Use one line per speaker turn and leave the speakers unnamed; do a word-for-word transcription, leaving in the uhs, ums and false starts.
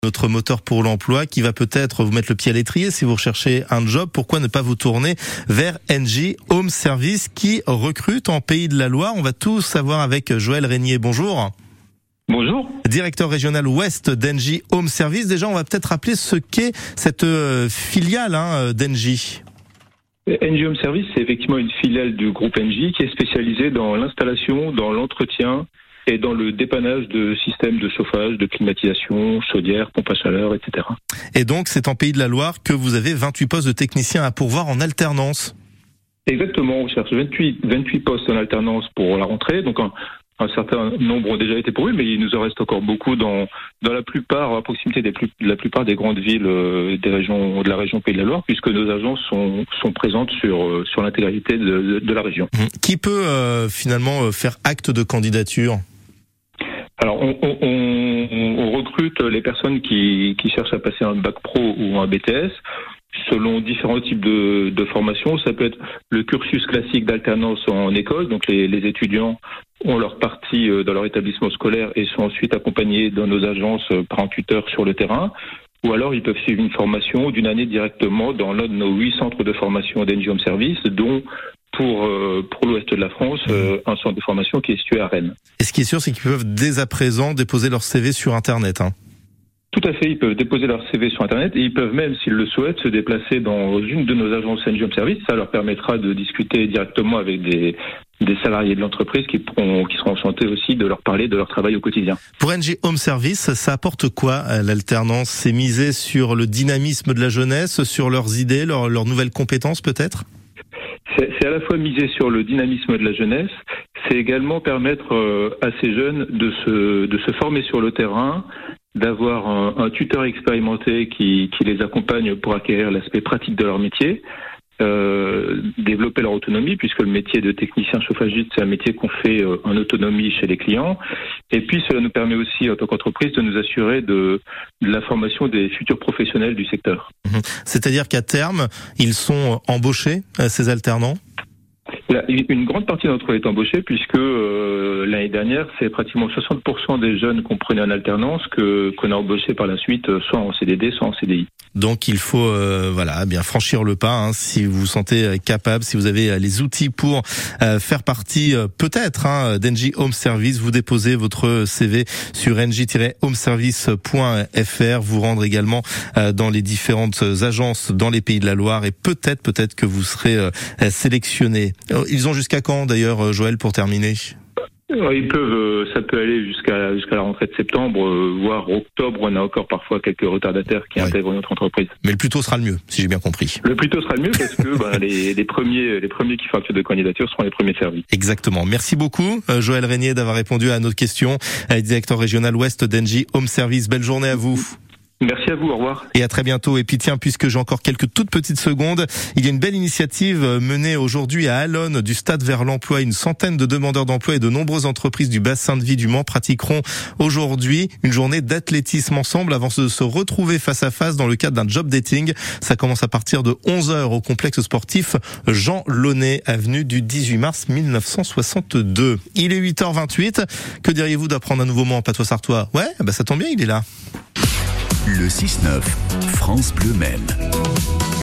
Notre moteur pour l'emploi qui va peut-être vous mettre le pied à l'étrier si vous recherchez un job. Pourquoi ne pas vous tourner vers Engie Home Service qui recrute en Pays de la Loire? On va tout savoir avec Joël Régnier. Bonjour.
Bonjour.
Directeur régional Ouest d'Engie Home Service. Déjà, on va peut-être rappeler ce qu'est cette euh, filiale hein, d'Engie.
Engie Home Service, c'est effectivement une filiale du groupe Engie qui est spécialisée dans l'installation, dans l'entretien et dans le dépannage de systèmes de chauffage, de climatisation, chaudière, pompe à chaleur, et cetera.
Et donc, c'est en Pays de la Loire que vous avez vingt-huit postes de techniciens à pourvoir en alternance.
Exactement, on cherche vingt-huit, vingt-huit postes en alternance pour la rentrée. Donc, un, un certain nombre ont déjà été pourvus, mais il nous en reste encore beaucoup dans, dans la plupart, à proximité des plus, de la plupart des grandes villes euh, des régions, de la région Pays de la Loire, puisque nos agences sont, sont présentes sur, euh, sur l'intégralité de, de, de la région.
Qui peut euh, finalement faire acte de candidature ?
Alors, on, on, on, on recrute les personnes qui, qui cherchent à passer un bac pro ou un B T S selon différents types de, de formations. Ça peut être le cursus classique d'alternance en école, donc les, les étudiants ont leur partie dans leur établissement scolaire et sont ensuite accompagnés dans nos agences par un tuteur sur le terrain. Ou alors, ils peuvent suivre une formation d'une année directement dans l'un de nos huit centres de formation d'Engie Home Service, dont pour euh, pour l'ouest de la France, euh, un centre de formation qui est situé à Rennes.
Et ce qui est sûr, c'est qu'ils peuvent dès à présent déposer leur C V sur Internet. Hein.
Tout à fait, ils peuvent déposer leur C V sur Internet et ils peuvent même, s'ils le souhaitent, se déplacer dans une de nos agences Engie Home Service. Ça leur permettra de discuter directement avec des des salariés de l'entreprise qui pourront, qui seront enchantés aussi de leur parler de leur travail au quotidien.
Pour Engie Home Service, ça apporte quoi l'alternance? C'est miser sur le dynamisme de la jeunesse, sur leurs idées, leurs, leurs nouvelles compétences peut-être?
C'est, c'est à la fois miser sur le dynamisme de la jeunesse, c'est également permettre euh, à ces jeunes de se, de se former sur le terrain, d'avoir un, un tuteur expérimenté qui, qui les accompagne pour acquérir l'aspect pratique de leur métier, euh, développer leur autonomie, puisque le métier de technicien chauffagiste, c'est un métier qu'on fait euh, en autonomie chez les clients. Et puis, cela nous permet aussi, en tant qu'entreprise, de nous assurer de, de la formation des futurs professionnels du secteur.
C'est-à-dire qu'à terme, ils sont embauchés, ces alternants ?
Une grande partie d'entre eux est embauchée puisque euh, l'année dernière, c'est pratiquement soixante pour cent des jeunes qu'on prenait en alternance que qu'on a embauchés par la suite, soit en C D D, soit en C D I.
Donc il faut euh, voilà bien franchir le pas hein, si vous vous sentez capable, si vous avez les outils pour euh, faire partie euh, peut-être hein, d'Engie Home Service. Vous déposez votre C V sur engie tiret home service point f r. Vous rendre également euh, dans les différentes agences dans les Pays de la Loire et peut-être peut-être que vous serez euh, sélectionné. Ils ont jusqu'à quand d'ailleurs, Joël, pour terminer ?
Ils peuvent, ça peut aller jusqu'à jusqu'à la rentrée de septembre, voire octobre. On a encore parfois quelques retardataires qui ouais. intègrent notre entreprise.
Mais le plus tôt sera le mieux, si j'ai bien compris.
Le plus tôt sera le mieux parce que bah, les, les premiers, les premiers qui font acte de candidature seront les premiers servis.
Exactement. Merci beaucoup, Joël Régnier, d'avoir répondu à notre question. Directeur régional Ouest d'Engie Home Service. Belle journée à vous.
Merci à vous, au revoir.
Et à très bientôt. Et puis tiens, puisque j'ai encore quelques toutes petites secondes, il y a une belle initiative menée aujourd'hui à Allonne du Stade vers l'emploi. Une centaine de demandeurs d'emploi et de nombreuses entreprises du bassin de vie du Mans pratiqueront aujourd'hui une journée d'athlétisme ensemble avant de se retrouver face à face dans le cadre d'un job dating. Ça commence à partir de onze heures au complexe sportif Jean Launay, avenue du dix-huit mars mille neuf cent soixante-deux. Il est huit heures vingt-huit. Que diriez-vous d'apprendre un nouveau mot en patois sartois? Ouais, bah ça tombe bien, il est là.
Le six neuf, France Bleu Maine.